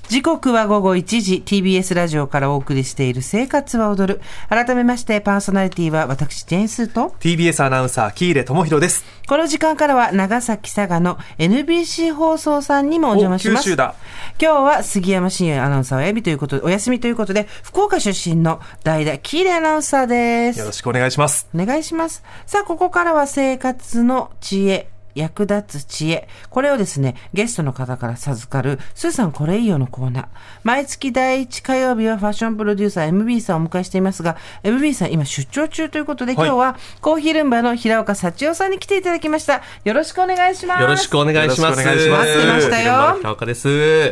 時刻は午後1時、TBS ラジオからお送りしている生活は踊る。改めましてパーソナリティは私ジェーンスーと TBS アナウンサー喜入智弘です。 この時間からは長崎佐賀の NBC 放送さんにもお邪魔します。 九州だ。 今日は杉山真也アナウンサーはお休みということで、福岡出身の代打喜入アナウンサーです。 よろしくお願いします。 お願いします。さあ、ここからは生活の知恵、役立つ知恵。これをですね、ゲストの方から授かる、スーさんこれいいよのコーナー。毎月第1火曜日はファッションプロデューサー MB さんをお迎えしていますが、MB さん今出張中ということで、今日はコーヒールンバの平岡幸代さんに来ていただきました。よろしくお願いします。 よろしくお願いします。 待ってましたよ。 平岡です。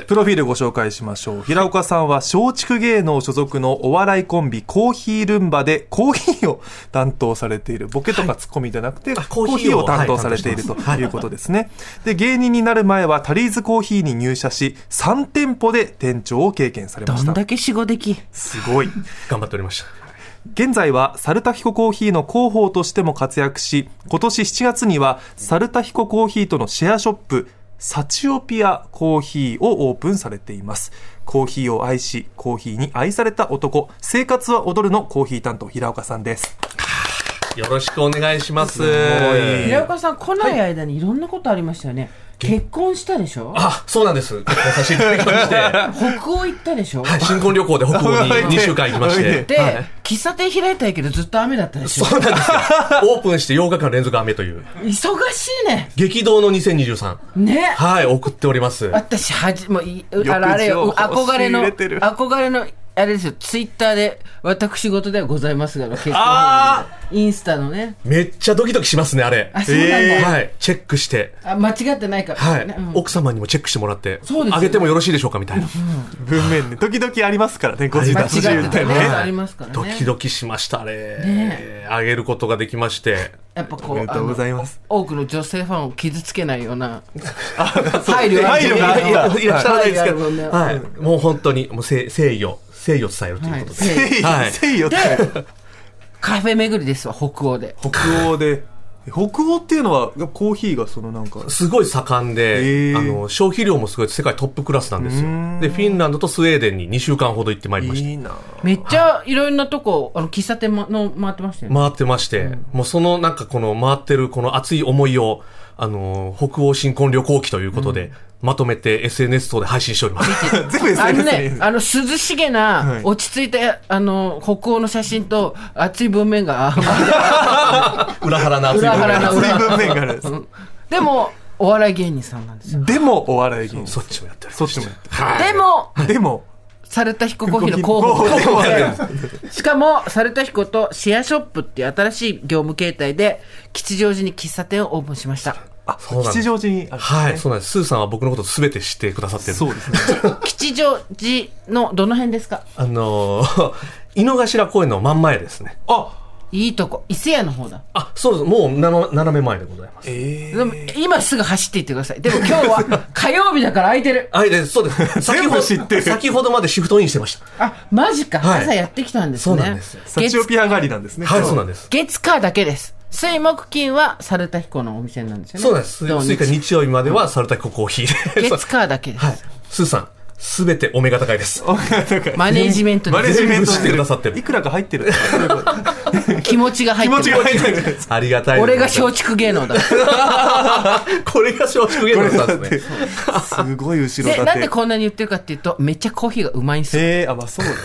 プロフィールご紹介しましょう。平岡さんは松竹芸能所属のお笑いコンビコーヒールンバでコーヒーを担当されている。ボケとかツッコミじゃなくて、コーヒーを担当されているということですね。で、芸人になる前はタリーズコーヒーに入社し、3店舗で店長を経験されました。 どんだけ仕事でき。 すごい。 頑張っておりました。 現在はサルタヒココーヒーの広報としても活躍し、今年7月にはサルタヒココーヒーとのシェアショップサチオピアコーヒーをオープンされています。コーヒーを愛し、コーヒーに愛された男、生活は踊るのコーヒー担当平岡さんです。 よろしくお願いします。 平岡さん、来ない間にいろんなことありましたよね。結婚したでしょ。 あ、そうなんです。結婚させていただきまして北欧行ったでしょ。 はい、新婚旅行で北欧に2週間行きましてで、はい、喫茶店開いたいけどずっと雨だったでしょ。 そうなんですよ。オープンして8日間連続雨という忙しいね。 激動の2023ね。はい、送っております。 私もうあれよ、憧れのあれですよ、ツイッターで私事ではございますが、結婚インスタのね、 めっちゃドキドキしますね、あれ。 あ、そうなんだ。 はい、チェックして間違ってないから、 はい、奥様にもチェックしてもらって、 そうですよね、 あげてもよろしいでしょうかみたいな、 文面で時々ありますからね、ご自立自由ってね、 ありますからね。 ドキドキしましたね。あげることができまして、 やっぱこう、 おめでとうございます。 多くの女性ファンを傷つけないような配慮がある。いらっしゃらないですけど、はい、もう本当にもう誠意を伝えるということで、 誠意を伝える。 カフェ巡りですわ、北欧で。 北欧っていうのはコーヒーがそのなんかすごい盛んで、消費量もすごい世界トップクラスなんですよ。で、フィンランドとスウェーデンに2週間ほど行ってまいりました。いいな。 めっちゃいろんなとこ喫茶店の回ってましたよね。 回ってまして、もうそのなんかこの回ってるこの熱い思いを北欧新婚旅行記ということで、まとめて SNS 等で配信しております。 全部 SNS 涼しげな、落ち着いた北欧の写真と熱い文面が裏腹な熱い文面がある。 でもお笑い芸人さんなんですよ。 でもお笑い芸人、 そっちもやってる。 でもサルタヒココーヒーの広報で、しかもサルタヒコとシェアショップっていう新しい業務形態で吉祥寺に喫茶店をオープンしました。 吉祥寺にあるんですね。 はい、そうなんです。スーさんは僕のことすべて知ってくださってる。 そうですね。 吉祥寺のどの辺ですか？ 井の頭公園の真ん前ですね。 いいとこ、伊勢屋の方だ。 そうです。もう斜め前でございます。 でも今すぐ走っていってください。でも今日は火曜日だから空いてる。 そうです。先ほどまでシフトインしてました。 マジか。朝やってきたんですね。 そうなんです。 サチオピア狩りなんですね。 はい、そうなんです。 月火だけです。水木金はサルタヒコのお店なんですよね。 そうです。水火日曜日まではサルタヒココーヒーで。 月火だけです。 はい。スーさん、すべてお目が高いです。 マネージメントで全部知ってくださってる。 いくらか入ってる。 気持ちが入ってる。 ありがたい。 俺が松竹芸能だ。 これが松竹芸能なんですね。 すごい後ろ盾。 なんでこんなに言ってるかっていうと、めっちゃコーヒーがうまいんですよ。 そうです。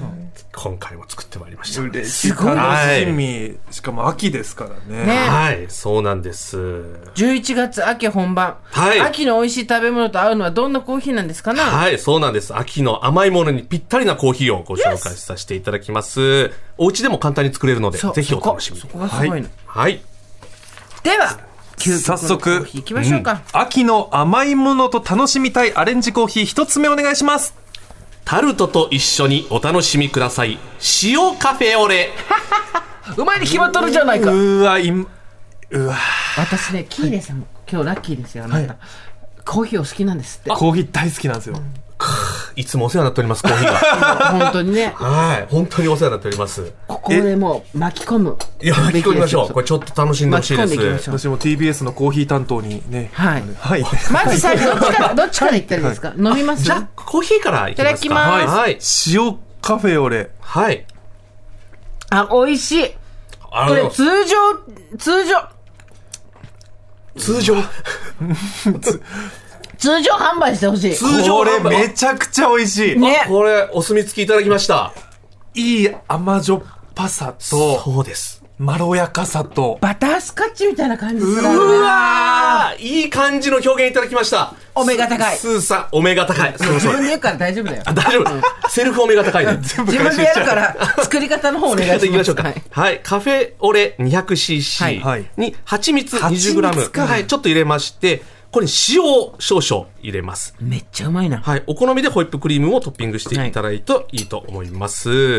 今回も作ってまいりました。 嬉しい。楽しみ。しかも秋ですからね。 はい、そうなんです。 11月秋本番。秋の美味しい食べ物と合うのはどんなコーヒーなんですかね。 はい、そうなんです。秋の甘いものにぴったりなコーヒーをご紹介させていただきます。お家でも簡単に作れるので、ぜひお楽しみに。 そこがすごいの。 はい。 では、 早速行きましょうか。 秋の甘いものと楽しみたいアレンジコーヒー一つ目お願いします。 タルトと一緒にお楽しみください。塩カフェオレ。 うまいに決まっとるじゃないか。私ね、キーレさんも今日ラッキーですよ、あなた。コーヒーお好きなんですって。 コーヒー大好きなんですよ。 いつもお世話になっております、コーヒーが。 本当にね。 はい。本当にお世話になっております。 ここでもう巻き込む。 いや、巻き込みましょう。これちょっと楽しんでほしいです。 私も TBS のコーヒー担当にね。 はい。 はい。 まず最初どっちからいったらいいですか？飲みます？ じゃあ、コーヒーからいきますか。 いただきます。 はい。 塩カフェオレ。 はい。 あ、美味しい。これ通常販売してほしい。 通常販売。これめちゃくちゃ美味しい。 ね。これお墨付きいただきました。 いい甘じょっぱさと、 そうです。 まろやかさと、 バタースカッチみたいな感じする。 うわー、いい感じの表現いただきました。 オメガ高い。 スーさん、オメガ高い。 自分で言うから大丈夫だよ。 大丈夫。セルフオメガ高いね。 自分でやるから、作り方の方お願いします。 いきましょうか。はい。カフェオレ 200cc に蜂蜜 20g。はい。ちょっと入れまして、これに塩を少々入れます。 めっちゃうまいな。 はい。お好みでホイップクリームをトッピングしていただいといいと思います。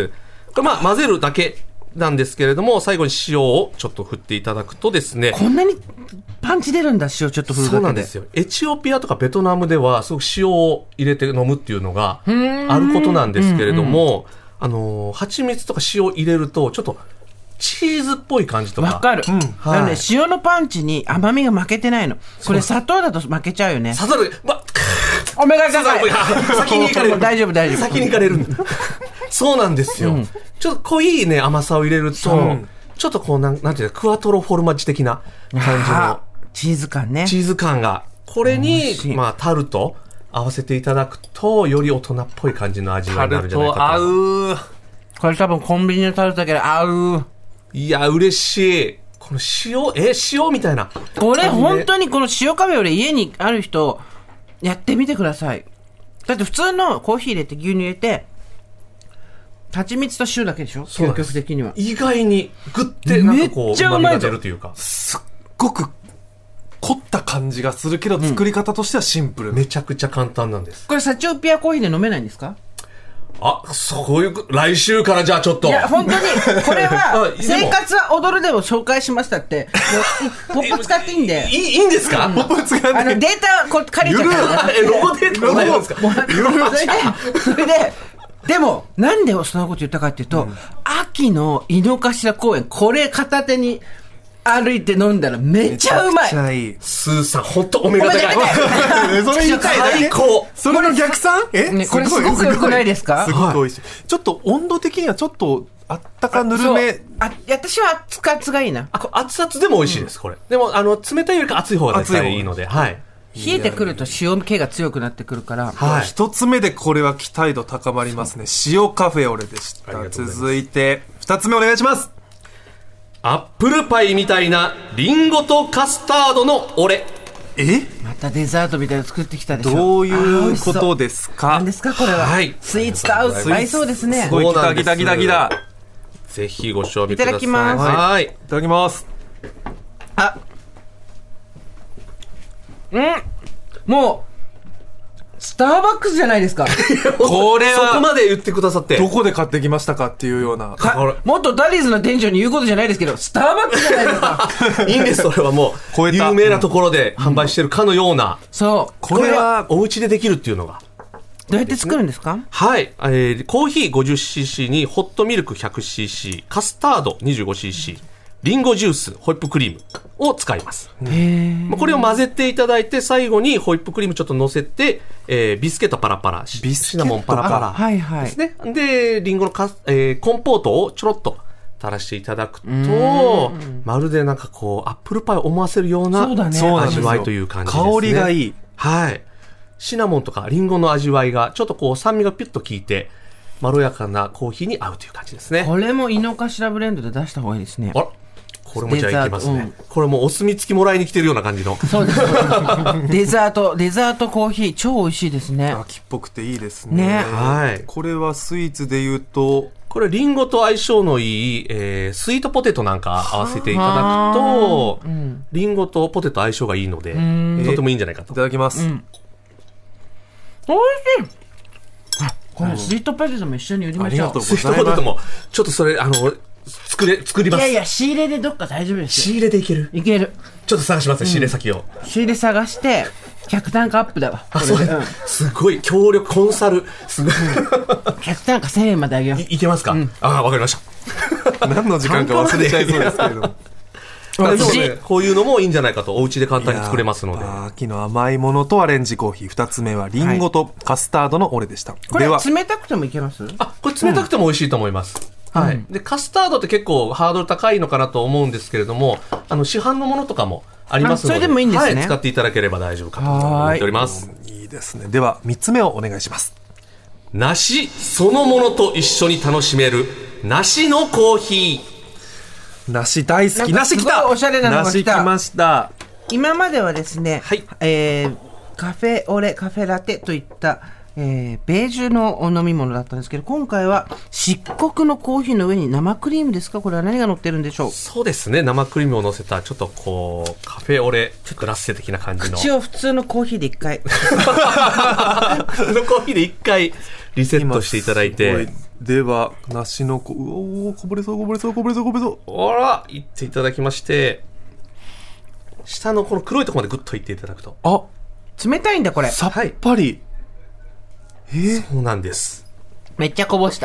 これまあ混ぜるだけなんですけれども、最後に塩をちょっと振っていただくとですね。 こんなにパンチ出るんだ、塩ちょっと振るだけで。 そうなんですよ。エチオピアとかベトナムでは、すごく塩を入れて飲むっていうのがあることなんですけれども、蜂蜜とか塩入れると、ちょっとチーズっぽい感じとか。 わかる。なので、塩のパンチに甘みが負けてないの。これ砂糖だと負けちゃうよね。 砂糖で、 おめが高い。 先に行かれる。 大丈夫。 先に行かれる。そうなんですよ。ちょっと濃いね、甘さを入れると、ちょっとこう、なんていうか、クワトロフォルマッジ的な感じの。 チーズ感ね。 チーズ感が。これに、まあ、タルト合わせていただくと、より大人っぽい感じの味わいになるんじゃないかと。 タルト合う。 これ多分コンビニのタルトだけど合う。 いや、嬉しい。この塩みたいな。 これ本当にこの塩カフェオレ家にある人、やってみてください。だって普通のコーヒー入れて牛乳入れて、蜂蜜と塩だけでしょ？究極的には。 意外にグッてなんかこう、 めっちゃうまい旨味が出るというか。 すっごく凝った感じがするけど、作り方としてはシンプル。 めちゃくちゃ簡単なんです。 これサチオピアコーヒーで飲めないんですか？ あ、そういう、来週からじゃあちょっと。 いや、本当に、これは、生活は踊るでも紹介しましたって、ポップ使っていいんで。 いいんですか？ ポップ使って。 データ借りちゃうからね。 ロゴデータもらえるんですか？ それで、でも、なんでそんなこと言ったかっていうと、秋の井の頭公園、これ片手に歩いて飲んだらめっちゃうまい。 めちゃくちゃいい。 スーさん、ほんとおめがたい。 それ言いたいだけ。 最高。 それの逆算？ これすごく良くないですか？ すごく美味しい。ちょっと温度的にはちょっとあったかぬるめ。 私は熱がいいな。 熱々でも美味しいです、これ。でも、冷たいよりか熱い方が絶対いいので、はい。 冷えてくると塩気が強くなってくるから。 はい。一つ目でこれは期待度高まりますね。塩カフェオレでした。続いて、二つ目お願いします。 アップルパイみたいなリンゴとカスタードのオレ。 またデザートみたいなの作ってきたでしょ。 どういうことですか？ 何ですかこれは。はい。スイーツと合いそうですね。 すごいギタギタギタギタ。 ぜひご賞味ください。 いただきます。 はい。 いただきます。 もう、スターバックスじゃないですか。 これはそこまで言ってくださって。 どこで買ってきましたかっていうような。 もっとダディーズの店長に言うことじゃないですけど、スターバックスじゃないですか。 いいんです、それはもう。有名なところで販売してるかのような。 そう。 これはお家でできるっていうのが。 どうやって作るんですか？ はい。コーヒー 50cc にホットミルク 100cc、カスタード 25cc、リンゴジュース、ホイップクリームを使います。これを混ぜていただいて、最後にホイップクリームちょっと乗せて、ビスケットパラパラ、シナモンパラパラはいはいですね。で、リンゴのコンポートをちょろっと垂らしていただくと、まるでなんかこう、アップルパイを思わせるような味わいという感じですね。 香りがいい。 はい。シナモンとかリンゴの味わいが、ちょっとこう酸味がピュッと効いて、まろやかなコーヒーに合うという感じですね。 これも井の頭ブレンドで出した方がいいですね。 あら、これもじゃあいきますね。これもお墨付きもらいに来てるような感じの。 そうです。デザートコーヒー、超美味しいですね。 秋っぽくていいですね。 ね。 はい。 これはスイーツで言うと、 これリンゴと相性のいい、スイートポテトなんか合わせていただくと、リンゴとポテト相性がいいので、とてもいいんじゃないかと。 いただきます。 美味しい。これスイートポテトも一緒に売りましょう。 ありがとうございます。 スイートポテトも、ちょっとそれ、作ります。 いやいや、仕入れでどっか大丈夫ですよ。 仕入れでいける？ いける。 ちょっと探しますね、仕入れ先を。 仕入れ探して、 客単価アップだわ。これですごい協力コンサルすごい客単価1000円まであげよう。 いけますか？わかりました。 何の時間か忘れちゃいそうですけれども。 でもね、こういうのもいいんじゃないかと、お家で簡単に作れますので。 秋の甘いものとアレンジコーヒー。2つ目はリンゴとカスタードのオレでした。 これ冷たくてもいけます？ これ冷たくても美味しいと思います。はい。で、カスタードって結構ハードル高いのかなと思うんですけれども、市販のものとかもありますので、 それでもいいんですね。 はい、使っていただければ大丈夫かと思っております。 いいですね。では、3つ目をお願いします。 梨そのものと一緒に楽しめる梨のコーヒー。 梨大好き。梨来た。 おしゃれなのが来た。 梨来ました。 今まではですね、 はい、 カフェオレ、カフェラテといった、ベージュのお飲み物だったんですけど、今回は漆黒のコーヒーの上に生クリームですか？これは何が乗ってるんでしょう？ そうですね、生クリームを乗せたちょっとこうカフェオレグラッセ的な感じの、 口を普通のコーヒーで一回普通のコーヒーで一回リセットしていただいて、 では梨のこぼれそうこぼれそうこぼれそうこぼれそう、 ほらいっていただきまして、下のこの黒いところまでグッといっていただくと、 冷たいんだこれ。 さっぱり、 そうなんです。 めっちゃこぼした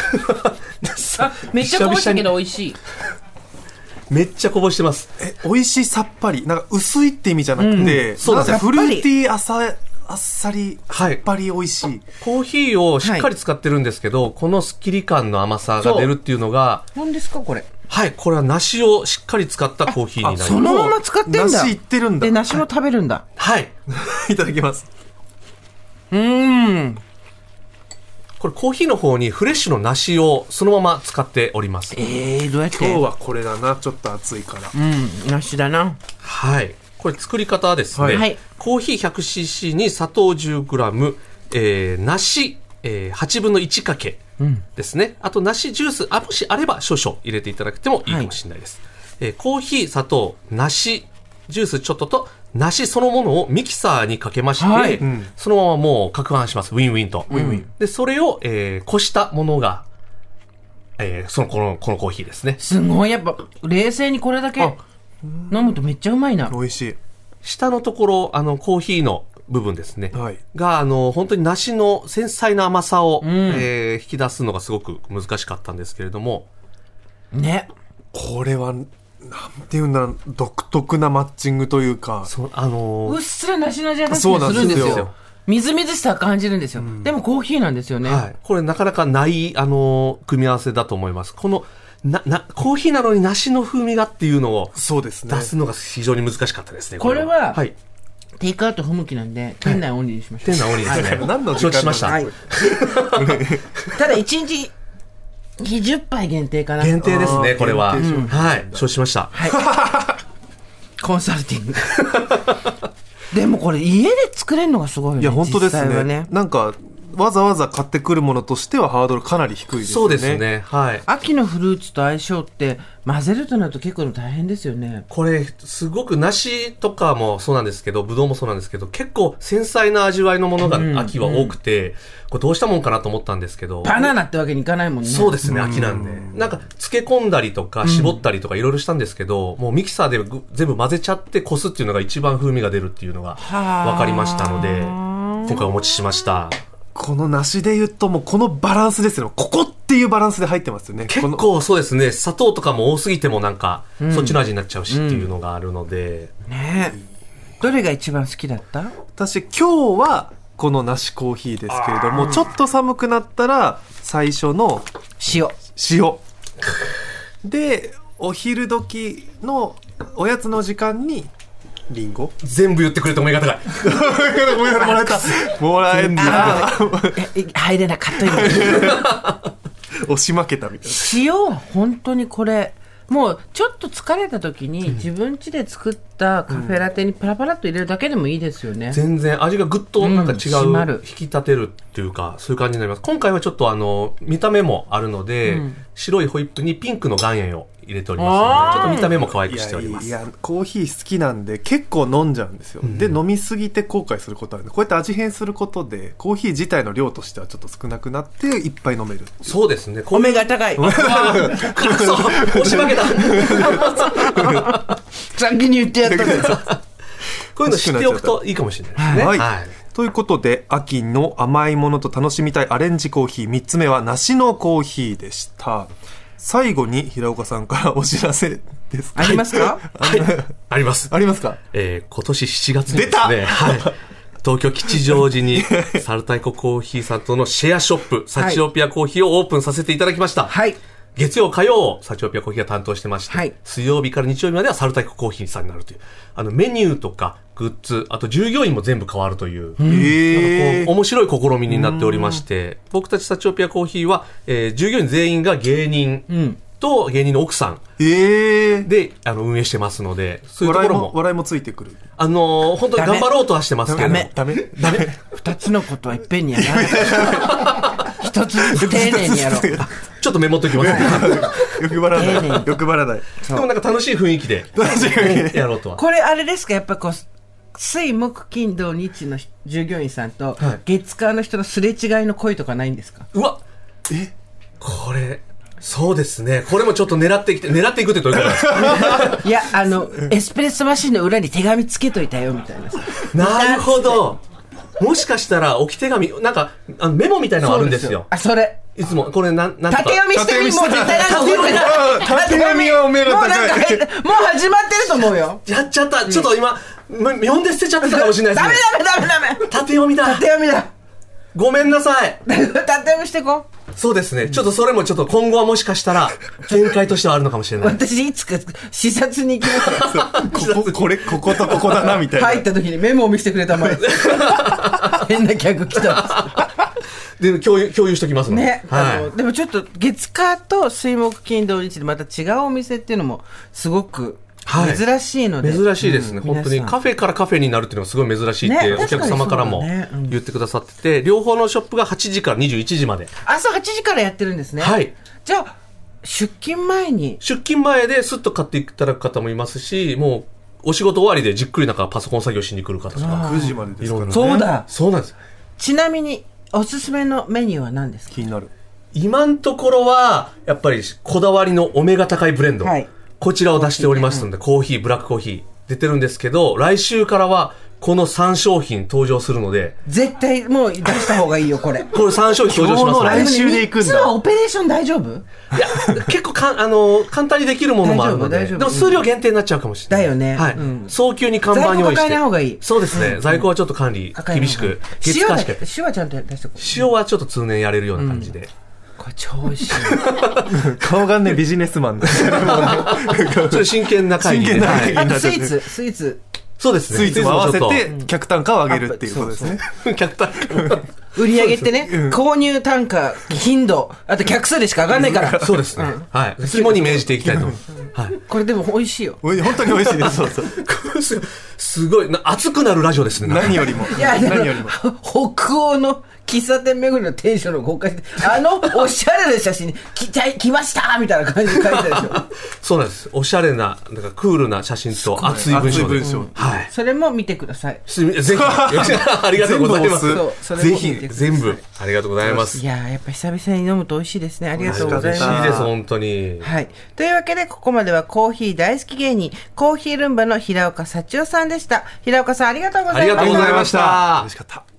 めっちゃこぼしたけど美味しい。 めっちゃこぼしてます。 美味しい、さっぱり、なんか薄いって意味じゃなくて、 そうですね、 フルーティーあっさり、さっぱり美味しい、 コーヒーをしっかり使ってるんですけど、このスッキリ感の甘さが出るっていうのが、 何ですかこれ？ はい、これは梨をしっかり使ったコーヒーになります。 そのまま使ってんだ。 梨いってるんだ。 で梨も食べるんだ。 はいいただきます。 これコーヒーの方にフレッシュの梨をそのまま使っております。 どうやって？ 今日はこれだな、ちょっと暑いから。 梨だな。 はい。これ作り方はですね、 はい、 コーヒー 100cc に砂糖 10g、梨、8分の1かけですね。あと梨ジュース、もしあれば少々入れていただけてもいいかもしれないです。コーヒー、砂糖、梨ジュースちょっとと梨そのものをミキサーにかけまして、そのままもう攪拌します。ウィンウィンと。で、それを、こしたものが、このコーヒーですね。 すごい、やっぱ冷静にこれだけ飲むとめっちゃうまいな。 美味しい。 下のところ、コーヒーの部分ですね。 はい、 が、本当に梨の繊細な甘さを、引き出すのがすごく難しかったんですけれども。 ね。 これは、なんていうんだ、独特なマッチングというか。 うっすら梨の味がするんですよ。みずみずしさを感じるんですよ。でもコーヒーなんですよね。 はい。これなかなかない、組み合わせだと思います。この、コーヒーなのに梨の風味がっていうのをそうですね、 出すのが非常に難しかったですね。 これは、 はい、 テイクアウト不向きなんで、店内オンリーにしましょう。 店内オンリーですね。何の承知しました。 ただ1日20杯限定かな。 限定ですね、これは。はい、承知しました。 コンサルティング。でもこれ家で作れるのがすごいよね。 いや本当ですね。なんかわざわざ買ってくるものとしてはハードルかなり低いですね。 そうですね。はい。 秋のフルーツと相性って混ぜるとなると結構大変ですよね。 これすごく梨とかもそうなんですけど、ぶどうもそうなんですけど、結構繊細な味わいのものが秋は多くて、これどうしたもんかなと思ったんですけど。 バナナってわけにいかないもんね。 そうですね、秋なんで。なんか漬け込んだりとか絞ったりとかいろいろしたんですけど、もうミキサーで全部混ぜちゃってこすっていうのが一番風味が出るっていうのが分かりましたので、今回お持ちしました。 この梨で言うともうこのバランスですよ。ここっていうバランスで入ってますよね。 結構そうですね。砂糖とかも多すぎてもなんか、そっちの味になっちゃうしっていうのがあるので。 ねえ。どれが一番好きだった？ 私今日はこの梨コーヒーですけれども、ちょっと寒くなったら最初の塩で、お昼時のおやつの時間にリンゴ。 全部言ってくれてもいいが高い。 もらえんだ。 入れなかったよ。 押し負けたみたいな。 塩は本当にこれ、もうちょっと疲れた時に自分家で作ったカフェラテにパラパラっと入れるだけでもいいですよね。 全然味がぐっとなんか違う、引き立てるっていうか、そういう感じになります。今回はちょっと見た目もあるので、白いホイップにピンクの岩塩を入れておりますので、ちょっと見た目も可愛くしております。 いやコーヒー好きなんで結構飲んじゃうんですよ。で飲みすぎて後悔することあるんで、こうやって味変することでコーヒー自体の量としてはちょっと少なくなっていっぱい飲める。 そうですね。 米が高い。 押し負けた。 先に言ってやったんです。 こういうの知っておくといいかもしれないですね。 はい。ということで、秋の甘いものと楽しみたいアレンジコーヒー、3つ目は梨のコーヒーでした。最後に平岡さんからお知らせですか？ ありますか？ はい。あります。 ありますか？ 今年7月にですね、はい。東京吉祥寺にサルタイココーヒーさんとのシェアショップ、サチオピアコーヒーをオープンさせていただきました。 はい。 月曜、火曜、サチオピアコーヒーが担当してまして、はい、水曜日から日曜日まではサルタイココーヒーさんになるという、メニューとかグッズ、あと従業員も全部変わるという、なんかこう面白い試みになっておりまして、僕たちサチオピアコーヒーは、従業員全員が芸人と芸人の奥さんで、運営してますので、そういうところも。 笑いもついてくる。 本当に頑張ろうとはしてますけど。 ダメ二つのことはいっぺんにやらない。一つずつ丁寧にやろう。 ちょっとメモっときますね。 欲張らない。欲張らない。 でもなんか楽しい雰囲気でやろうとは。 これあれですか、やっぱこう、水木金土日の従業員さんと月火の人のすれ違いの恋とかないんですか？ うわ、これそうですね。これもちょっと狙っていくってどういうことなんですか？ いや、エスプレッソマシンの裏に手紙つけといたよみたいな。 なるほど。もしかしたら置き手紙、なんかメモみたいなのあるんですよ。 それいつもこれなんとか縦読みしてみ、もう絶対なんか縦読みはおめえら高い。 もう始まってると思うよ。 やっちゃった。ちょっと今読んで捨てちゃってたかもしれないですね。 ダメ。 縦読みだ。ごめんなさい。 縦読みしてこう。 そうですね。ちょっとそれもちょっと今後はもしかしたら展開としてはあるのかもしれない。 私いつか視察に行きますよ。 こことここだなみたいな。 入った時にメモを見せてくれたまえ。変な客来たんです。で共有しときますので。 ね。でもちょっと月火と水木金土日でまた違うお店っていうのもすごく珍しいので、 珍しいですね、本当にカフェからカフェになるっていうのがすごい珍しいってお客様からも言ってくださってて、両方のショップが8時から21時まで。 朝8時からやってるんですね。 はい。 じゃあ出勤前ですっと買っていただく方もいますし、もうお仕事終わりでじっくりなんかパソコン作業しに来る方とか。 9時までですからね。 そうなんです。 ちなみにおすすめのメニューは何ですか？ 気になる。 今のところはやっぱりこだわりのお目が高いブレンド、はい、こちらを出しておりますので、コーヒー、ブラックコーヒー出てるんですけど、来週からはこの3商品登場するので、 絶対もう出した方がいいよこれ。 これ3商品登場しますので。 来週で行くんだ。 3つはオペレーション大丈夫？いや結構簡単にできるものもあるので、でも数量限定になっちゃうかもしれない。 だよね。 はい。早急に看板用意して。在庫抱えない方がいい。 そうですね。在庫はちょっと管理厳しく。 塩はちゃんと出しておく。 塩はちょっと通年やれるような感じで。 これ超美味しい。 顔がねビジネスマンだ。 ちょっと真剣な会議で。 あとスイーツ。 そうですね。 スイーツも合わせて客単価を上げるっていうことですね。 客単価。 売り上げってね、購入単価、頻度、あと客数でしか上がんないから。 そうですね。はい。肝に銘じていきたいと思います。はい。 これでも美味しいよ。 本当に美味しいです。そうそう。 すごい熱くなるラジオですね。 何よりも。 何よりも。北欧の喫茶店巡りのテンションの豪快で、おしゃれな写真に来ましたみたいな感じで書いてあるでしょ。 そうなんです。おしゃれな、なんかクールな写真と熱い文章。 はい。それも見てください。 ぜひ。ありがとうございます。ぜひ、全部。ありがとうございます。 いやー、やっぱ久々に飲むと美味しいですね。ありがとうございます。 美味しいです、本当に。 はい。というわけで、ここまではコーヒー大好き芸人、コーヒールンバの平岡幸男さんでした。平岡さん、ありがとうございました。 ありがとうございました。 嬉しかった。